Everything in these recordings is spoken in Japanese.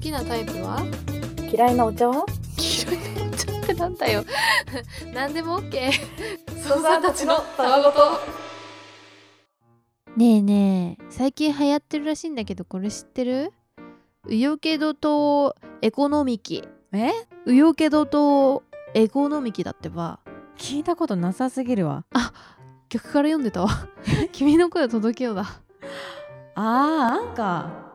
きなタイプは？ 嫌いなお茶は？ 嫌いなお茶ってなんだよ何でも OK ソさんたちのたわごと。 ねえねえ、最近流行ってるらしいんだけど、これ知ってる？ウヨケドとエコノミキ。ウヨケドとエコノミキだってば。 聞いたことなさすぎるわ。 逆から読んでたわ君の声を届けようだ。 なんか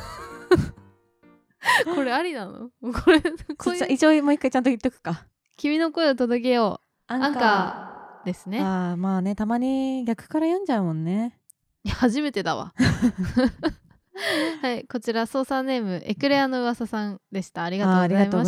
これありなの？これ一応もう一回ちゃんと言っとくか。 君の声を届けよう。アンカーですね。 まあね、たまに逆から読んじゃうもんね。 いや初めてだわはい、こちら操作ネームエクレアの噂さんでした。ありがとうございました。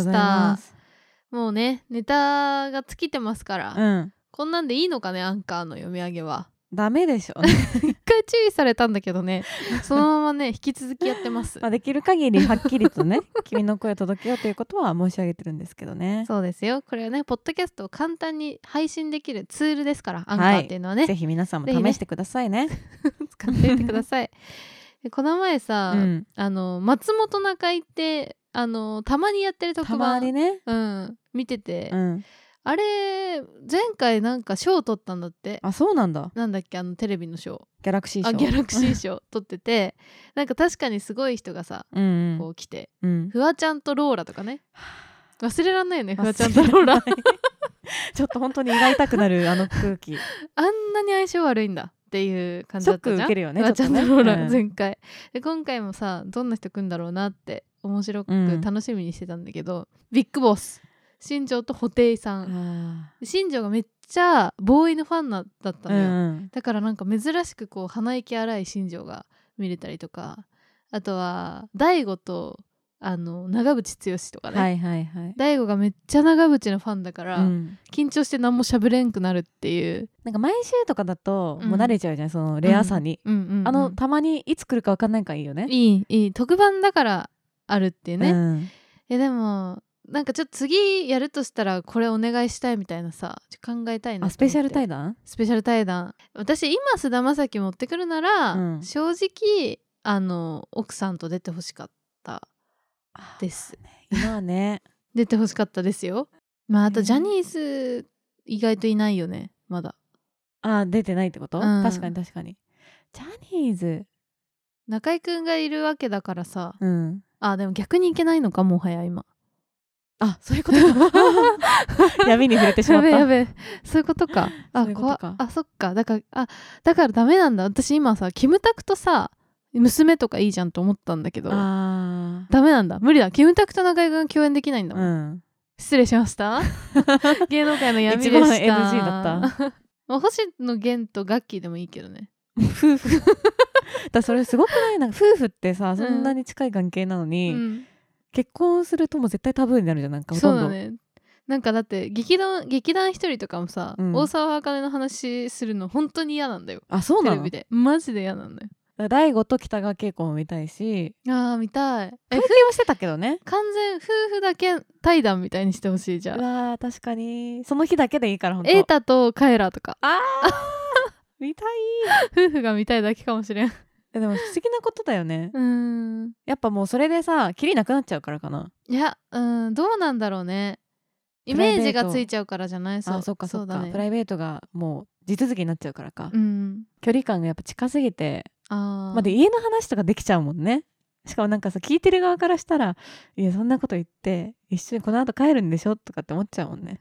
もうね、ネタが尽きてますから、こんなんでいいのかね、アンカーの読み上げは。 ダメでしょ一回注意されたんだけどねそのままね引き続きやってますできる限りはっきりとね君の声を届けようということは申し上げてるんですけどね。 そうですよ。これはね、ポッドキャストを簡単に配信できるツールですから、アンカーっていうのはね、 ぜひ皆さんも試してくださいね。 使ってみてくださいでこの前さ、松本中井ってたまにやってる特番、 たまにね、 見てて、あれ前回なんか賞を取ったんだって。 そうなんだ。 なんだっけ、テレビの賞、 ギャラクシー賞。 ギャラクシー賞取っててなんか確かにすごい人がさ、こう来て、フワちゃんとローラとかね、忘れらんないよね、フワちゃんとローラちょっと本当に胃が痛くなる空気あんなに相性悪いんだっていう感じだったじゃん。 ショック受けるよね、 フワちゃんとローラ、前回で今回もさ、どんな人来るんだろうなって面白く楽しみにしてたんだけど、ビッグボス新庄と布袋さん。新庄がめっちゃボーイのファンだったのよ、だからなんか珍しくこう鼻息荒い新庄が見れたりとか、あとは大悟と長渕剛とかね、大悟がめっちゃ長渕のファンだから、緊張して何も喋れんくなるっていう。なんか毎週とかだともう慣れちゃうじゃん、そのレアさに、たまにいつ来るか分かんないからいいよね。いい特番だからあるっていうね、でもなんかちょっと次やるとしたらこれお願いしたいみたいなさ、考えたいな。 スペシャル対談。 私今菅田将暉持ってくるなら、正直奥さんと出てほしかったです。 今はね出てほしかったですよ。あとジャニーズ意外といないよね、まだ。 出てないってこと？確かにジャニーズ中居くんがいるわけだからさ、でも逆にいけないのか、もはや今。 そういうことか闇に触れてしまった。 やべそういうことか。そっか。だからダメなんだ。私今さ、キムタクとさ娘とかいいじゃんと思ったんだけど、ダメなんだ。無理だ。キムタクと中居くん共演できないんだもん、失礼しました芸能界の闇でした。 一番 NG だった星野源とガッキーでもいいけどね夫婦それすごくない？なんか夫婦ってさ、そんなに近い関係なのに、結婚するともう絶対タブーになるじゃん。なんかほとんど。そうだね。 なんかだって劇団一人とかもさ、大沢あかねの話するの本当に嫌なんだよ。 そうなの？ テレビでマジで嫌なんだよ。 大悟と北川景子も見たいし。 見たい。 関係はしてたけどね。 完全夫婦だけ対談みたいにしてほしい。じゃあ確かにその日だけでいいから。ほんと瑛太とカエラとか見たい夫婦が見たいだけかもしれん。 でも不思議なことだよね。やっぱもうそれでさ、キリなくなっちゃうからかな。 いや、どうなんだろうね。イメージがついちゃうからじゃない？そっか、 プライベートがもう地続きになっちゃうからか、距離感がやっぱ近すぎて、で家の話とかできちゃうもんね。しかもなんかさ、聞いてる側からしたら、いやそんなこと言って一緒にこの後帰るんでしょとかって思っちゃうもんね。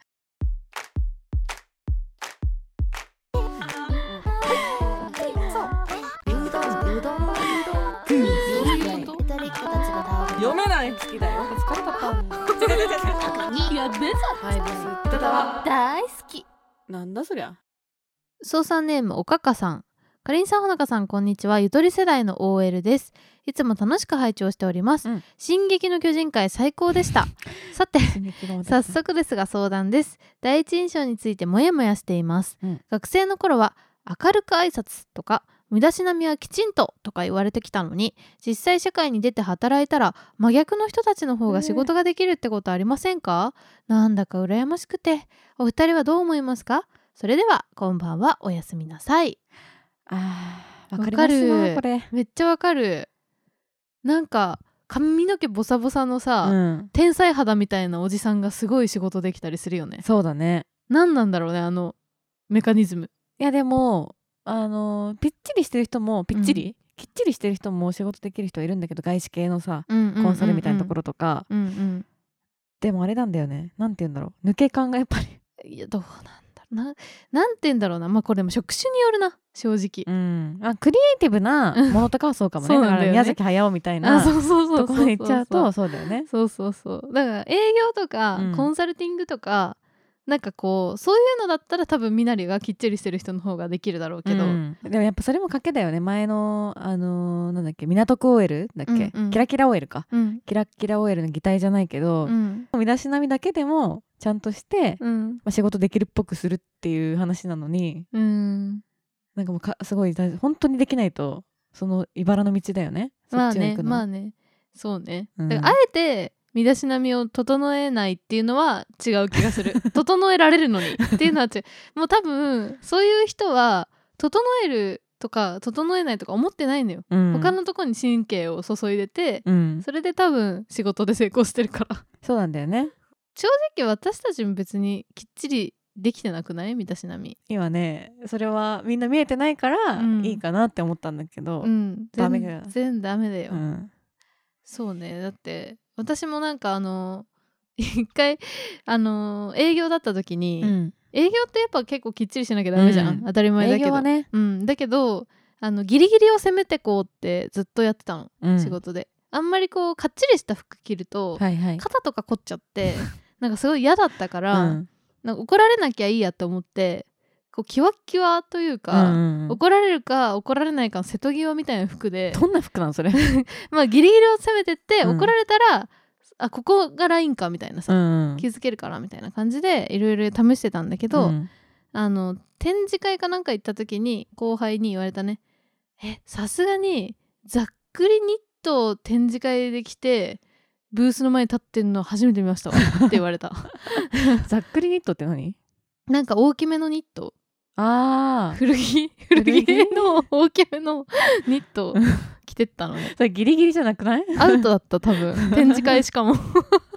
読めない好きだよ。疲れた大好き。なんだそりゃ。 操作ネームおかかさん。かりんさん、ほのかさん、こんにちは。ゆとり世代の OL です。いつも楽しく拝聴しております。進撃の巨人会最高でしたさて早速ですが相談です。第一印象についてモヤモヤしています、学生の頃は明るく挨拶とか身だしなみはきちんととか言われてきたのに、実際社会に出て働いたら真逆の人たちの方が仕事ができるってことありませんか？なんだか羨ましくて。お二人はどう思いますか？それではこんばんは、おやすみなさい。 わかりますなこれ。 めっちゃわかる。なんか髪の毛ボサボサのさ、天才肌みたいなおじさんがすごい仕事できたりするよね。 そうだね。 何なんだろうね、あのメカニズム。 いやでもぴっちりしてる人もきっちりしてる人も仕事できる人はいるんだけど、外資系のさ、コンサルみたいなところとか、でもあれなんだよね、なんて言うんだろう、抜け感がやっぱりいやどうなんだろうなんて言うんだろうな、まあこれも職種によるな正直、 クリエイティブなものとかはそうかもね。だから宮崎駿みたいなところに行っちゃうとそうだよね。 そうだから営業とか、コンサルティングとかなんかこうそういうのだったら多分みなりがきっちりしてる人の方ができるだろうけど、 でもやっぱそれも賭けだよね。前のなんだっけ、港区 OL だっけ、キラキラ OL か、キラキラ OL の擬態じゃないけど、身だしなみだけでもちゃんとして、仕事できるっぽくするっていう話なのに、なんかもうすごい本当にできないとその茨の道だよね。 まあねそうね、だからあえて身だしなみを整えないっていうのは違う気がする整えられるのにっていうのは違う。もう多分そういう人は整えるとか整えないとか思ってないのよ、他のとこに神経を注いでて、それで多分仕事で成功してるからそうなんだよね。 正直私たちも別にきっちりできてなくない？身だしなみ今ね、それはみんな見えてないからいいかなって思ったんだけど、ダメだよ。 全然ダメだよ、そうね。だって私もなんか一回営業だった時に、営業ってやっぱ結構きっちりしなきゃダメじゃん、当たり前だけど、営業はね、だけどギリギリを攻めてこうってずっとやってたの、仕事で。あんまりこうかっちりした服着ると、肩とか凝っちゃってなんかすごい嫌だったから、なんか怒られなきゃいいやと思ってこうキワッキワというか、怒られるか怒られないかの瀬戸際みたいな服で。 どんな服なのそれまあギリギリを攻めてって、怒られたらあここがラインかみたいなさ、気づけるからみたいな感じでいろいろ試してたんだけど、展示会かなんか行った時に後輩に言われたね。さすがにざっくりニットを展示会で着てブースの前に立ってんの初めて見ましたわって言われたざっくりニットって何？ なんか大きめのニット、古着の大きめのニット着てったのねそれギリギリじゃなくない？ アウトだった多分展示会しかもや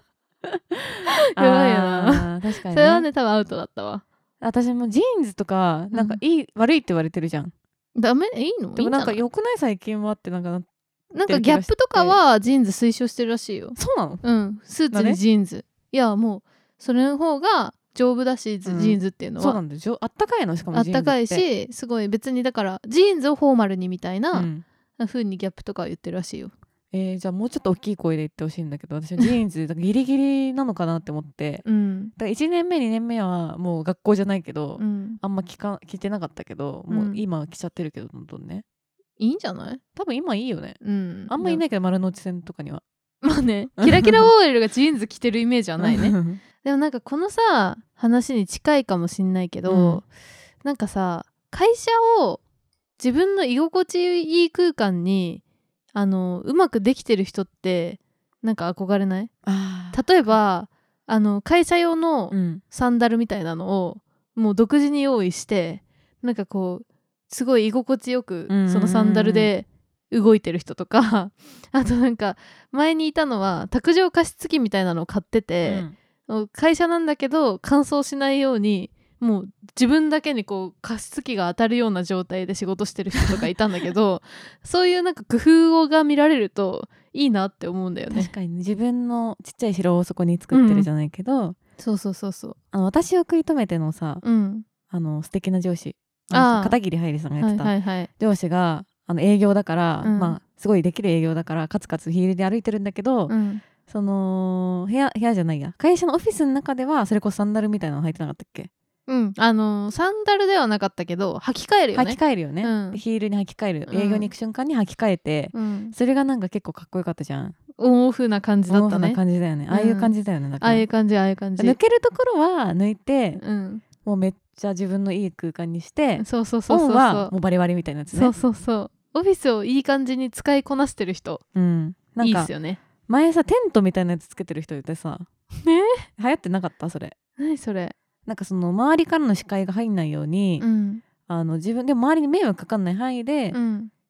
ばいよな。確かに、ね、それはね多分アウトだったわ。 私もジーンズとかなんか悪いって言われてるじゃん。 ダメ？いいの？ でもなんか良くない？最近はってなんかギャップとかはジーンズ推奨してるらしいよ。 そうなの？ スーツにジーンズ、いやもうそれの方が丈夫だし、ジーンズっていうのはそうなんだよ。あったかいのしかもジーンズってあったかいし、すごい別にだからジーンズをフォーマルにみたいな風にギャップとかは言ってるらしいよ。 じゃあもうちょっと大きい声で言ってほしいんだけど、私はジーンズギリギリなのかなって思って、だから1年目2年目はもう学校じゃないけど、あんま着てなかったけど、もう今は着ちゃってるけど、どんどんねいいんじゃない？ 多分今いいよね、あんまいないけど丸の内線とかにはまあね、キラキラ OL がジーンズ着てるイメージはないねでもなんかこのさ話に近いかもしんないけど、なんかさ会社を自分の居心地いい空間にうまくできてる人ってなんか憧れない？例えば会社用のサンダルみたいなのをもう独自に用意して、なんかこうすごい居心地よくそのサンダルで動いてる人とかあとなんか前にいたのは卓上加湿器みたいなのを買ってて、会社なんだけど乾燥しないようにもう自分だけにこう加湿器が当たるような状態で仕事してる人とかいたんだけどそういうなんか工夫が見られるといいなって思うんだよね。 確かに、ね、自分のちっちゃい城をそこに作ってるじゃないけど、 そう私を食い止めてのさ、素敵な上司片桐はいりさんがやってた、上司が営業だから、まあすごいできる営業だからカツカツヒールで歩いてるんだけど、その部屋じゃないや会社のオフィスの中ではそれこそサンダルみたいなの履いてなかったっけ？サンダルではなかったけど履き替えるよね。 ヒールに履き替える、営業に行く瞬間に履き替えて、それがなんか結構かっこよかったじゃん。 オンオフな感じだったね。 オンオフな感じだよね。ああいう感じだよね。だからああいう感じ抜けるところは抜いて、もうめっちゃ自分のいい空間にして、オンはもうバリバリみたいなやつね。 そうオフィスをいい感じに使いこなしてる人、なんかいいっすよね。 前さテントみたいなやつつけてる人いてさ、流行ってなかった？それ何それ？ なんかその周りからの視界が入んないように、自分でも周りに迷惑かかんない範囲で、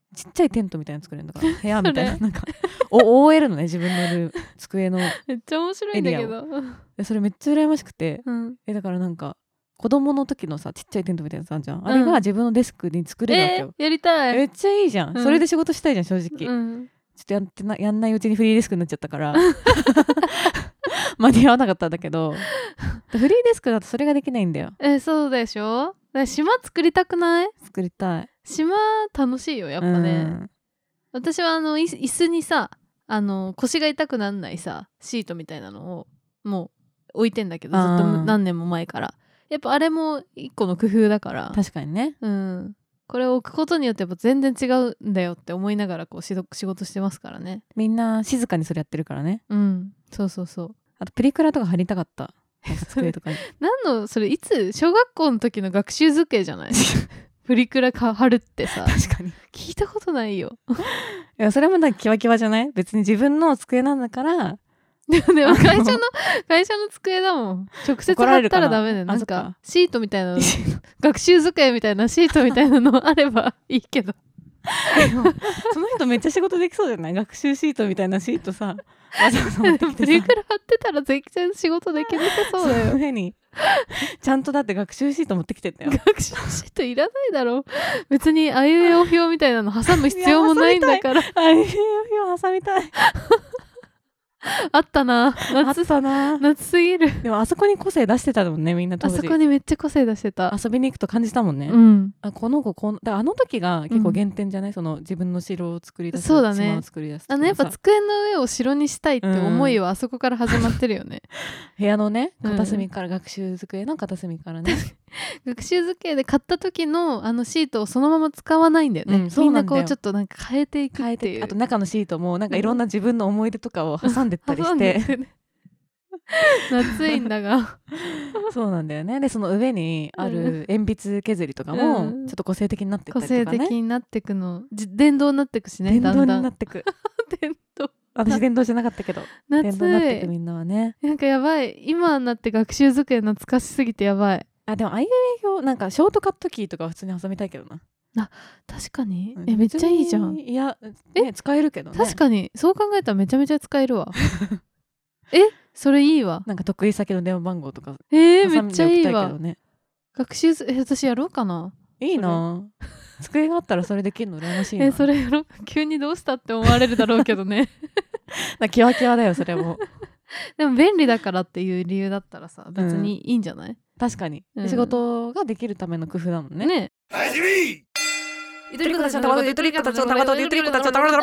ちっちゃいテントみたいなの作れるんだから部屋みたいななんかOL のね自分のいる机のめっちゃ面白いんだけどそれめっちゃ羨ましくて、だからなんか子供の時のさちっちゃいテントみたいなやつあるじゃん、あれが自分のデスクに作れるわけよ、 やりたい。 めっちゃいいじゃん、それで仕事したいじゃん正直、ちょっとやんないうちにフリーデスクになっちゃったから間に合わなかったんだけどフリーデスクだとそれができないんだよ。 そうでしょ。島作りたくない？ 作りたい。 島楽しいよやっぱね、私は椅子にさ腰が痛くなんないさシートみたいなのをもう置いてんだけど、ずっと何年も前からやっぱあれも一個の工夫だから。 確かにね、 これを置くことによってやっぱ全然違うんだよって思いながらこう仕事してますからね。 みんな静かにそれやってるからね。 そうそうそう。 あとプリクラとか貼りたかった机とかに何のそれいつ小学校の時の学習机じゃないプリクラ貼るってさ。 確かに聞いたことないよいやそれもなんかキワキワじゃない？別に自分の机なんだからでも会社の机だもん。直接貼ったらダメだよ。なんかシートみたいなの学習机みたいなシートみたいなのあればいいけどその人めっちゃ仕事できそうじゃない？学習シートみたいなシートさわざわざ持ってきてさプリクラ貼ってたら全然仕事できなさそうだよ。 その上にちゃんとだって学習シート持ってきてんだよ。 学習シートいらないだろ別にあいうえお表みたいなの挟む必要もないんだからあいうえお表挟みたいあったな。夏すぎる。 でもあそこに個性出してたもんねみんな当時。 あそこにめっちゃ個性出してた。 遊びに行くと感じたもんね、この子あの時が結構原点じゃない、その自分の城を作り出す、 そうだね、 島を作り出すやっぱ机の上を城にしたいって思いはあそこから始まってるよね、 部屋のね片隅から、学習机の片隅からね学習机で買った時のシートをそのまま使わないんだよね、みんなこうちょっとなんか変えていくっていう。 あと中のシートもなんかいろんな自分の思い出とかを挟んでったりして、 夏いんだがそうなんだよね。でその上にある鉛筆削りとかもちょっと個性的になってったりとかね、 個性的になってくの電動になってくしね、 電動になってく電動私電動じゃなかったけど電動になってくみんなはね。 なんかやばい、今になって学習机懐かしすぎてやばい。 でもあいうえおなんかショートカットキーとかは普通に挟みたいけどな。 確かに、めっちゃいいじゃん。 いや、使えるけどね。 確かにそう考えたらめちゃめちゃ使えるわそれいいわ。 なんか得意先の電話番号とかめっちゃいいわ、 ね、 学習私やろうかな。 いいな机があったらそれできるの羨ましいなそれやろう。急にどうしたって思われるだろうけどねキワキワだよそれもでも便利だからっていう理由だったらさ別にいいんじゃない？ 確かに、仕事ができるための工夫だもんね。 ゆとりっ子たちのたわごと、ゆとりっ子たちのたわごと、ゆとりっ子たちのたわごと、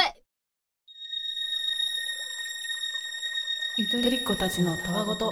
ゆとりっ子たちのたわごと。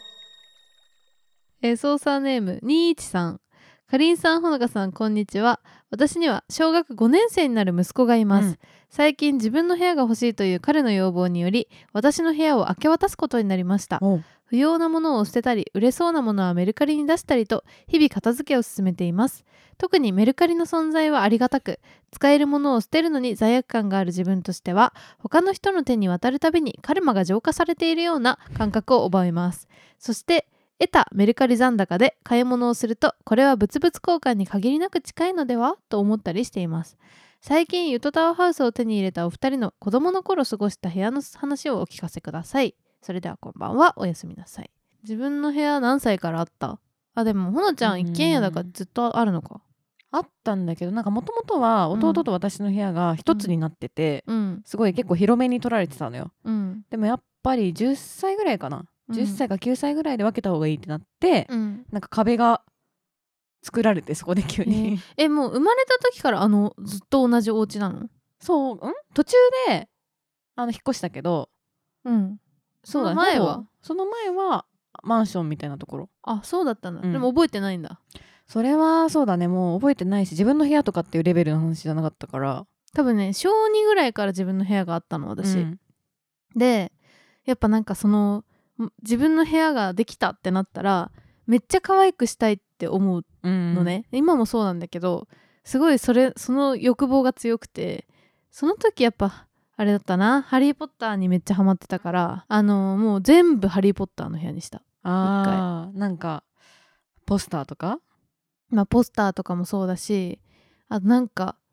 操作ネーム21さん。かりんさん、ほのかさん、こんにちは。私には小学5年生になる息子がいます、最近自分の部屋が欲しいという彼の要望により私の部屋を明け渡すことになりました。不要なものを捨てたり売れそうなものはメルカリに出したりと日々片付けを進めています。特にメルカリの存在はありがたく、使えるものを捨てるのに罪悪感がある自分としては他の人の手に渡るたびにカルマが浄化されているような感覚を覚えます。そして得たメルカリ残高で買い物をすると、これは物々交換に限りなく近いのではと思ったりしています。最近ゆとタワーハウスを手に入れたお二人の子供の頃過ごした部屋の話をお聞かせください。それではこんばんは、おやすみなさい。自分の部屋何歳からあった？でもほのちゃん一軒家だからずっとあるのか。 あったんだけど、なんかもともとは弟と私の部屋が一つになってて、すごい結構広めに取られてたのよ、でもやっぱり10歳ぐらいかな、10歳か9歳ぐらいで分けた方がいいってなって、なんか壁が作られて、そこで急に、 もう生まれた時からずっと同じお家なの？ そう、途中で引っ越したけど、 そうだね。 その前はマンションみたいなところ。 そうだったんだ、でも覚えてないんだ。 それはそうだね、もう覚えてないし、自分の部屋とかっていうレベルの話じゃなかったから。 多分ね、小2ぐらいから自分の部屋があったの私、でやっぱなんかその自分の部屋ができたってなったらめっちゃ可愛くしたいって思うのね、今もそうなんだけど、すごいその欲望が強くて、その時やっぱあれだったな、ハリーポッターにめっちゃハマってたから、もう全部ハリーポッターの部屋にした。 なんかポスターとか、 ポスターとかもそうだし、あとなんか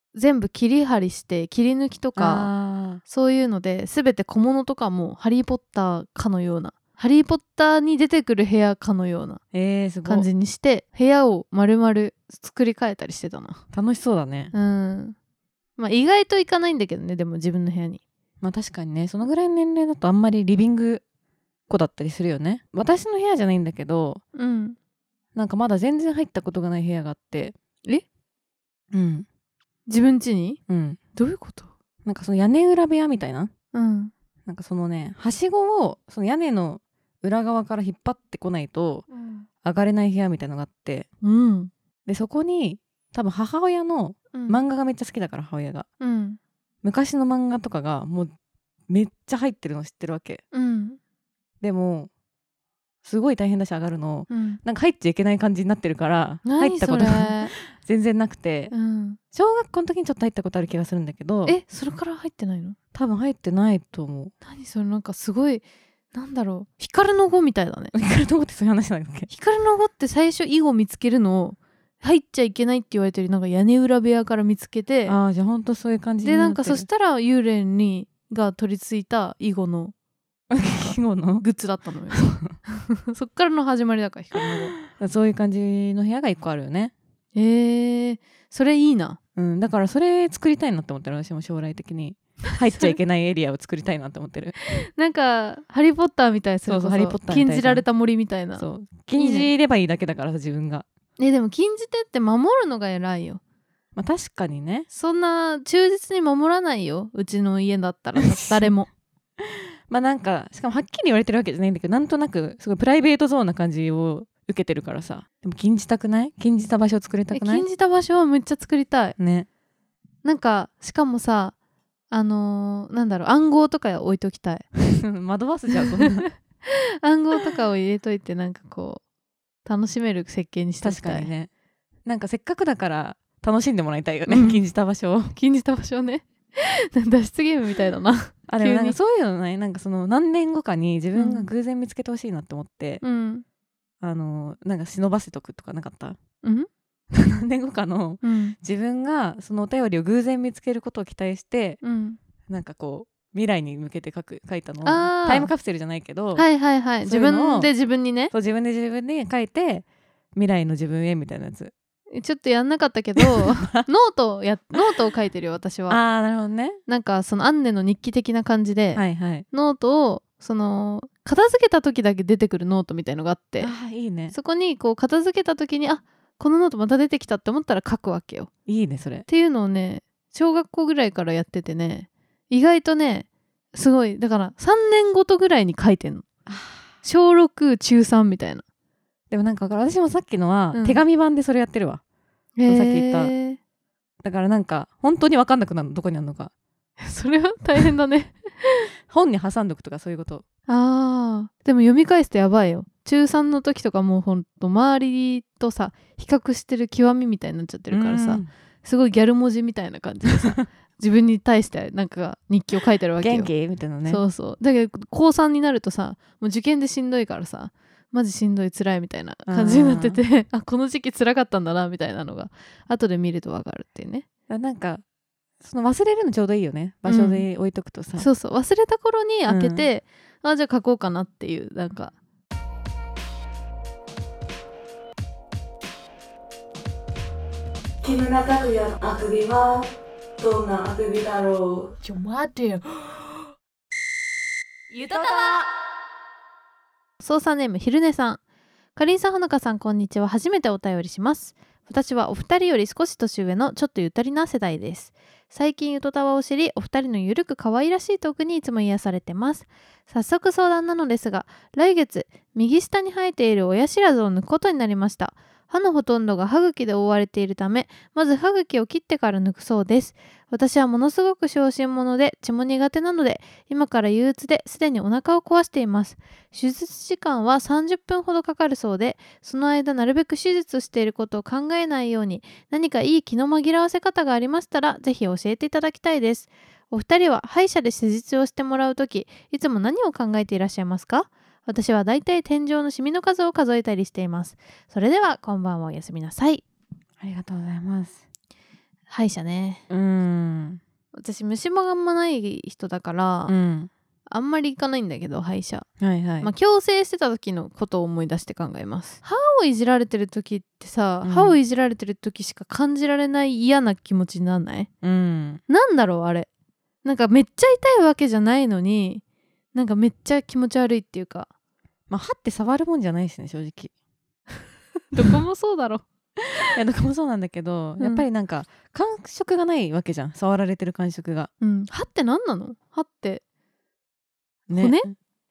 全部切り張りして切り抜きとかそういうので全て小物とかもハリーポッターかのような、ハリーポッターに出てくる部屋かのような感じにして部屋を丸々作り変えたりしてたな。 楽しそうだね。 まあ意外といかないんだけどね、でも自分の部屋に。 まあ確かにね、そのぐらいの年齢だとあんまりリビング子だったりするよね。私の部屋じゃないんだけど、なんかまだ全然入ったことがない部屋があって。 自分家に？どういうこと？ なんかその屋根裏部屋みたいな、なんかそのね、はしごをその屋根の裏側から引っ張ってこないと上がれない部屋みたいなのがあって、でそこに多分母親の漫画がめっちゃ好きだから、母親が、昔の漫画とかがもうめっちゃ入ってるの知ってるわけ、でもすごい大変だし上がるの、なんか入っちゃいけない感じになってるから入ったことが全然なくて、小学校の時にちょっと入ったことある気がするんだけど。 それから入ってないの？ 多分入ってないと思う。 何それ、なんかすごい、なんだろう、光の碁みたいだね。 光の碁ってそういう話なんだっけ？ 光の碁って最初囲碁見つけるのを入っちゃいけないって言われてる、なんか屋根裏部屋から見つけて、 じゃあほんとそういう感じにでなんかそしたら幽霊が取り付いた囲碁のグッズだったのよそっからの始まりだから、光の碁。 そういう感じの部屋が1個あるよね。 それいいな。 だからそれ作りたいなって思ってる。私も将来的に入っちゃいけないエリアを作りたいなって思ってるなんかハリーポッターみたい。それこそハリーポッターみたい禁じられた森みたいな。 そう、禁じればいいだけだからさ、自分が。 でも禁じてって守るのが偉いよ。 まあ確かにね。 そんな忠実に守らないよ、うちの家だったら誰もまあなんかしかもはっきり言われてるわけじゃないんだけど、なんとなくすごいプライベートゾーンな感じを受けてるからさ。でも禁じたくない？禁じた場所を作りたくない？ 禁じた場所はめっちゃ作りたいね。 なんかしかもさ、なんだろう、暗号とか置いときたい惑わすじゃんそんな暗号とかを入れといて、なんかこう楽しめる設計にしておきたい。 確かにね。なんかせっかくだから楽しんでもらいたいよね、禁じた場所を。 禁じた場所ね脱出ゲームみたいだなでもなんかそういうのない？なんかその何年後かに自分が偶然見つけてほしいなって思って、なんか忍ばせとくとかなかった？何年後かの自分がそのお便りを偶然見つけることを期待して、なんかこう未来に向けて書いたのをタイムカプセルじゃないけど、 自分で自分にね、 そう自分で自分に書いて未来の自分へみたいなやつ。 ちょっとやんなかったけどノートを書いてるよ私は。 なるほどね。 なんかそのアンネの日記的な感じで、ノートをその片付けた時だけ出てくるノートみたいのがあって、 いいね。 そこにこう片付けた時にこのノートまた出てきたって思ったら書くわけよ。 いいねそれ。 っていうのをね、小学校ぐらいからやっててね、意外とねすごい、だから3年ごとぐらいに書いてんの。小6中3みたいな。 でもなんか私もさっきのは手紙版でそれやってるわ、さっき言った。だからなんか本当に分かんなくなるの、どこにあるのかそれは大変だね本に挟んどくとかそういうこと。 でも読み返すとやばいよ。中3の時とかもうほんと周りとさ比較してる極みみたいになっちゃってるからさ、すごいギャル文字みたいな感じでさ自分に対してなんか日記を書いてるわけよ。 元気みたいなね。 そうそう。だけど高3になるとさ、もう受験でしんどいからさ、マジしんどい辛いみたいな感じになっててこの時期辛かったんだなみたいなのが後で見ると分かるっていうね。 なんかその忘れるのちょうどいいよね、場所で置いとくとさ、 そうそう、忘れた頃に開けて、じゃあ書こうかなっていう。なんか木村拓哉のあくびはどんなあくびだろう。 ちょ待てよゆとたわ。操作ネームひるねさん。かりんさん、ほのかさん、こんにちは。初めてお便りします。私はお二人より少し年上のちょっとゆとりな世代です。最近ゆとたわを知り、お二人のゆるく可愛らしいトークにいつも癒されてます。早速相談なのですが、来月右下に生えている親知らずを抜くことになりました。歯のほとんどが歯茎で覆われているため、まず歯茎を切ってから抜くそうです。私はものすごく小心者で血も苦手なので、今から憂鬱ですでにお腹を壊しています。手術時間は30分ほどかかるそうで、その間なるべく手術していることを考えないように、何かいい気の紛らわせ方がありましたらぜひ教えていただきたいです。お二人は歯医者で施術をしてもらうとき、いつも何を考えていらっしゃいますか？私はだいたい天井のシミの数を数えたりしています。それではこんばんは、おやすみなさい。 ありがとうございます。 歯医者ね。私虫歯があんまない人だから、あんまり行かないんだけど歯医者、矯正してた時のことを思い出して考えます。歯をいじられてる時ってさ、歯をいじられてる時しか感じられない嫌な気持ちにならない？なんだろうあれ。なんかめっちゃ痛いわけじゃないのに、なんかめっちゃ気持ち悪いっていうか、 歯って触るもんじゃないしね、正直。 どこもそうだろ。 いやどこもそうなんだけど、やっぱりなんか感触がないわけじゃん、触られてる感触が。 歯って何なの？歯って骨？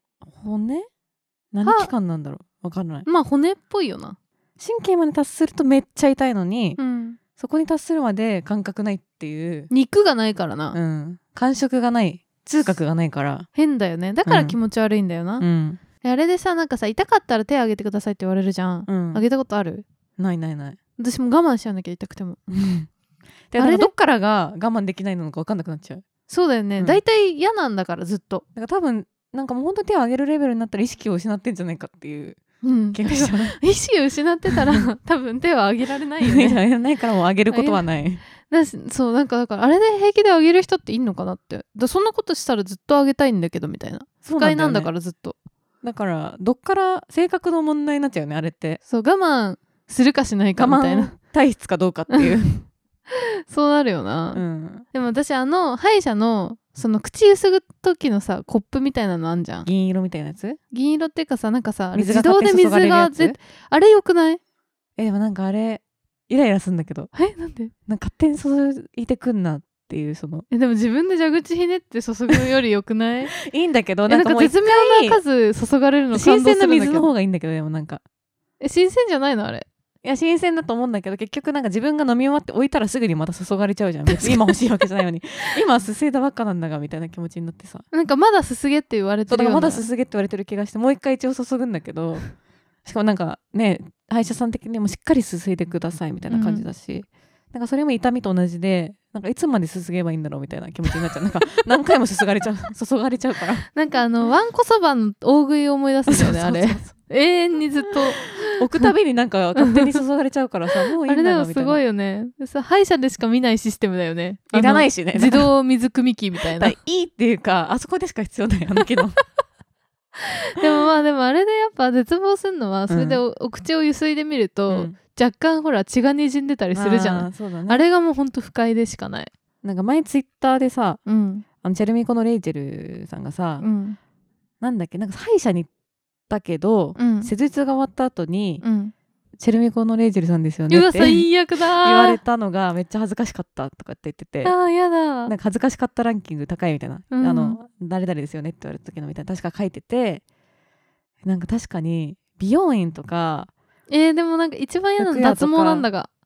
何器官なんだろう、分かんない。 骨っぽいよな。 神経まで達するとめっちゃ痛いのに、そこに達するまで感覚ないっていう。 肉がないからな、 感触がない、痛覚がないから変だよね。だから気持ち悪いんだよな、あれでさ、なんかさ、痛かったら手挙げてくださいって言われるじゃん、挙げたことある？ ない私も我慢しちゃうんだけど、痛くてもで、あれどっからが我慢できないのか分かんなくなっちゃう。 そうだよね、だいたい嫌なんだからずっと。 だから多分なんかもうほんと手を挙げるレベルになったら意識を失ってんじゃないかっていう気がしちゃう、 意識を失ってたら多分手を挙げられないよね。 挙げられないからもう挙げることはないそう、なんかだからあれで平気で挙げる人っていんのかなって。そんなことしたらずっと挙げたいんだけどみたいな。不快なんだからずっと。 だからどっから性格の問題になっちゃうよね、あれって。 そう、我慢するかしないかみたいな、 体質かどうかっていうそうなるよな、でも私歯医者のその口ゆすぐ時のさ、コップみたいなのあんじゃん。 銀色みたいなやつ？ 銀色っていうかさ、なんかさ、自動で水があれよくない？ でもなんかあれイライラするんだけど。 なんで？ なんか勝手に注いでくんなっていう、そのでも自分で蛇口ひねって注ぐよりよくない？いいんだけど、 なんかもう絶妙な数注がれるの感動するんだけど、新鮮な水の方がいいんだけど、でもなんか新鮮じゃないのあれ？ いや新鮮だと思うんだけど、結局なんか自分が飲み終わって置いたらすぐにまた注がれちゃうじゃん。別に今欲しいわけじゃないのに今すすいだばっかなんだがみたいな気持ちになってさ、 なんかまだすすげって言われてるような。 まだすすげって言われてる気がして、もう一回一応注ぐんだけど、しかもなんかね、歯医者さん的にもしっかりすすいでくださいみたいな感じだし、なんかそれも痛みと同じで、なんかいつまですすげばいいんだろうみたいな気持ちになっちゃう。なんか何回も注がれちゃうからなんかわんこそばの大食いを思い出すんだよね。あれ永遠にずっと置くたびになんか勝手に注がれちゃうからさもういいんだなみたいな。あれでもすごいよね。歯医者でしか見ないシステムだよね。 いらないしね、 自動水汲み機みたいな。 いいっていうか、あそこでしか必要ない、あの機能でもあれでやっぱ絶望するのは、それで お口をゆすいでみると、若干ほら血がにじんでたりするじゃん。 あれがもうほんと不快でしかない。 なんか前ツイッターでさ、チェルミコのレイチェルさんがさ、なんだっけ、なんか歯医者に行ったけど、施術が終わった後に、チェルミコのレイチェルさんですよねって最悪だ言われたのがめっちゃ恥ずかしかったとかって言ってて、 やだ、 なんか恥ずかしかったランキング高いみたいな、誰々ですよねって言われた時のみたいな確か書いてて、なんか確かに美容院とかでもなんか一番嫌なの脱毛なんだが。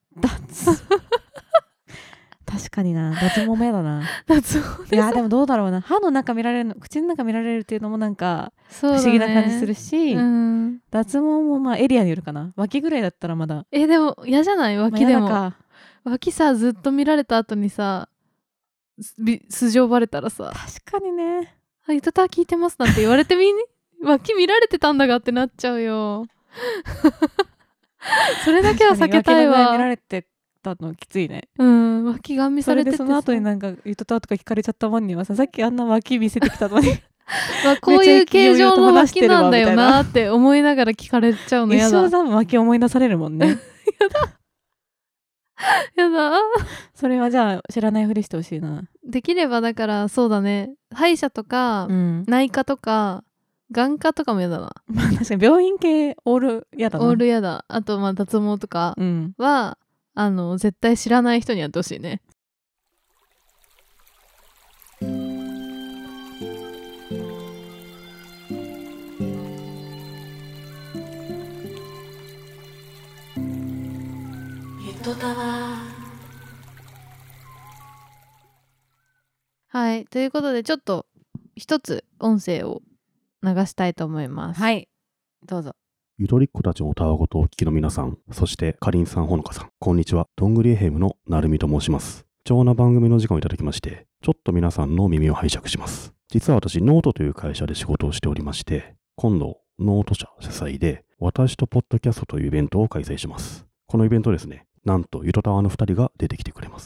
確かにな、脱毛も嫌だな脱毛いやでもどうだろうな、歯の中見られるの、口の中見られるっていうのもなんか不思議な感じするし、脱毛もまあエリアによるかな。脇ぐらいだったらまだ。 でも嫌じゃない？脇でも、脇さずっと見られた後にさ素性バレたらさ、 確かにね、 ゆとたわ聞いてますなんて言われて脇見られてたんだがってなっちゃうよそれだけは避けたいわ。 見られてたのきついね。 脇ガン見されてて、 その後になんかゆとたわとか聞かれちゃったもんにはさ、さっきあんな脇見せてきたのにこういう形状の脇なんだよなって思いながら聞かれちゃうのやだ。 一生多分脇思い出されるもんねやだそれはじゃあ知らないふりしてほしいな。 できればだからそうだね、歯医者とか、内科とか眼科とかもやだな。 まあ確かに病院系オールやだな。 オールやだ。あとまあ脱毛とかは、絶対知らない人にやってほしいね。 ゆとたわ。 はい、ということでちょっと一つ音声を流したいと思います。 はい、どうぞ。 ゆとりっ子たちのたわごとをお聞きの皆さん、そしてかりんさん、ほのかさん、こんにちは。どんぐりヘムのなるみと申します。貴重な番組の時間をいただきまして、ちょっと皆さんの耳を拝借します。実は私、ノートという会社で仕事をしておりまして、今度、ノート社主催で、私とポッドキャストというイベントを開催します。このイベントですね、なんとゆとたわの2人が出てきてくれます。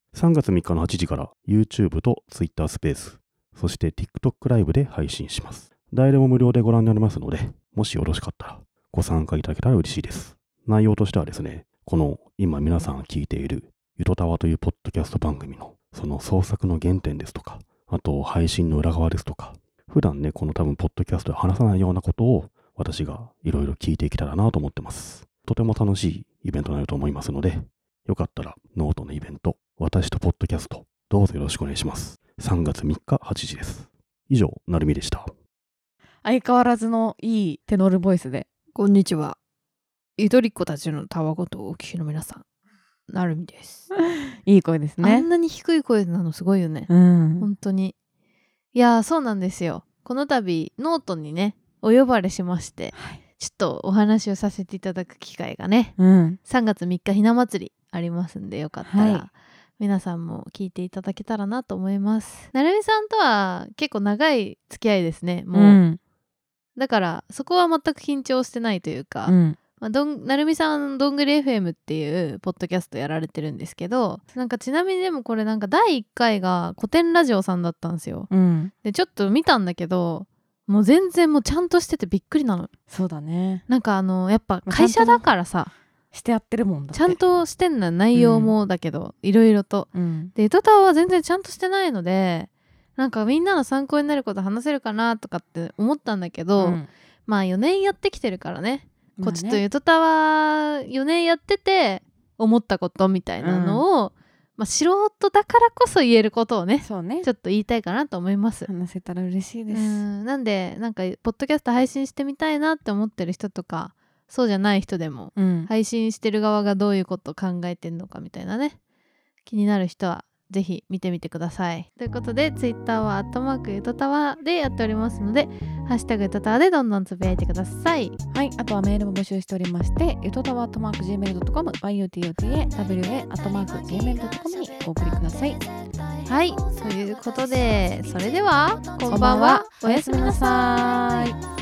3月3日の8時から YouTube と Twitter スペース、そして TikTok ライブで配信します。誰でも無料でご覧になれますので、もしよろしかったらご参加いただけたら嬉しいです。内容としてはですね、この今皆さん聞いているゆとたわというポッドキャスト番組のその創作の原点ですとか、あと配信の裏側ですとか、普段ね、この多分ポッドキャストで話さないようなことを私がいろいろ聞いていけたらなと思ってます。とても楽しいイベントになると思いますので、よかったらノートのイベント、私とポッドキャスト、どうぞよろしくお願いします。3月3日8時です。以上、なるみでした。 相変わらずのいいテノールボイスで。 こんにちは。ゆとりっ子たちのたわごとをお聞きの皆さん、なるみです。 いい声ですね。 あんなに低い声なのすごいよね。本当に。いや、そうなんですよ。この度ノートにね、お呼ばれしまして、ちょっとお話をさせていただく機会がね、3月3日ひな祭りありますんで、よかったら、皆さんも聞いていただけたらなと思います。なるみさんとは結構長い付き合いですね、もう。だからそこは全く緊張してないというか、なるみさんどんぐり FM っていうポッドキャストやられてるんですけど、なんかちなみにでもこれなんか第1回が古典ラジオさんだったんですよ、でちょっと見たんだけど、もう全然もうちゃんとしててびっくりなの。 そうだね。 なんかやっぱ会社だからさ、 してやってるもんだって。 ちゃんとしてんの、内容もだけど、いろいろと、でゆとたわは全然ちゃんとしてないので、なんかみんなの参考になること話せるかなとかって思ったんだけど、まあ4年やってきてるからね、こっちとゆとたわ4年やってて思ったことみたいなのを、素人だからこそ言えることをね、ちょっと言いたいかなと思います。 話せたら嬉しいです。 なんでなんかポッドキャスト配信してみたいなって思ってる人とか、そうじゃない人でも、配信してる側がどういうことを考えてんのかみたいなね、気になる人はぜひ見てみてください。ということで、ツイッターは@ゆとたわでやっておりますので、ハッシュタグゆとたわでどんどんつぶやいてください。 はい、あとはメールも募集しておりまして、ゆとたわ@gmail.com、yutotawa@gmail.com にお送りください。 はい、ということで、それではこんばんは、おやすみなさい。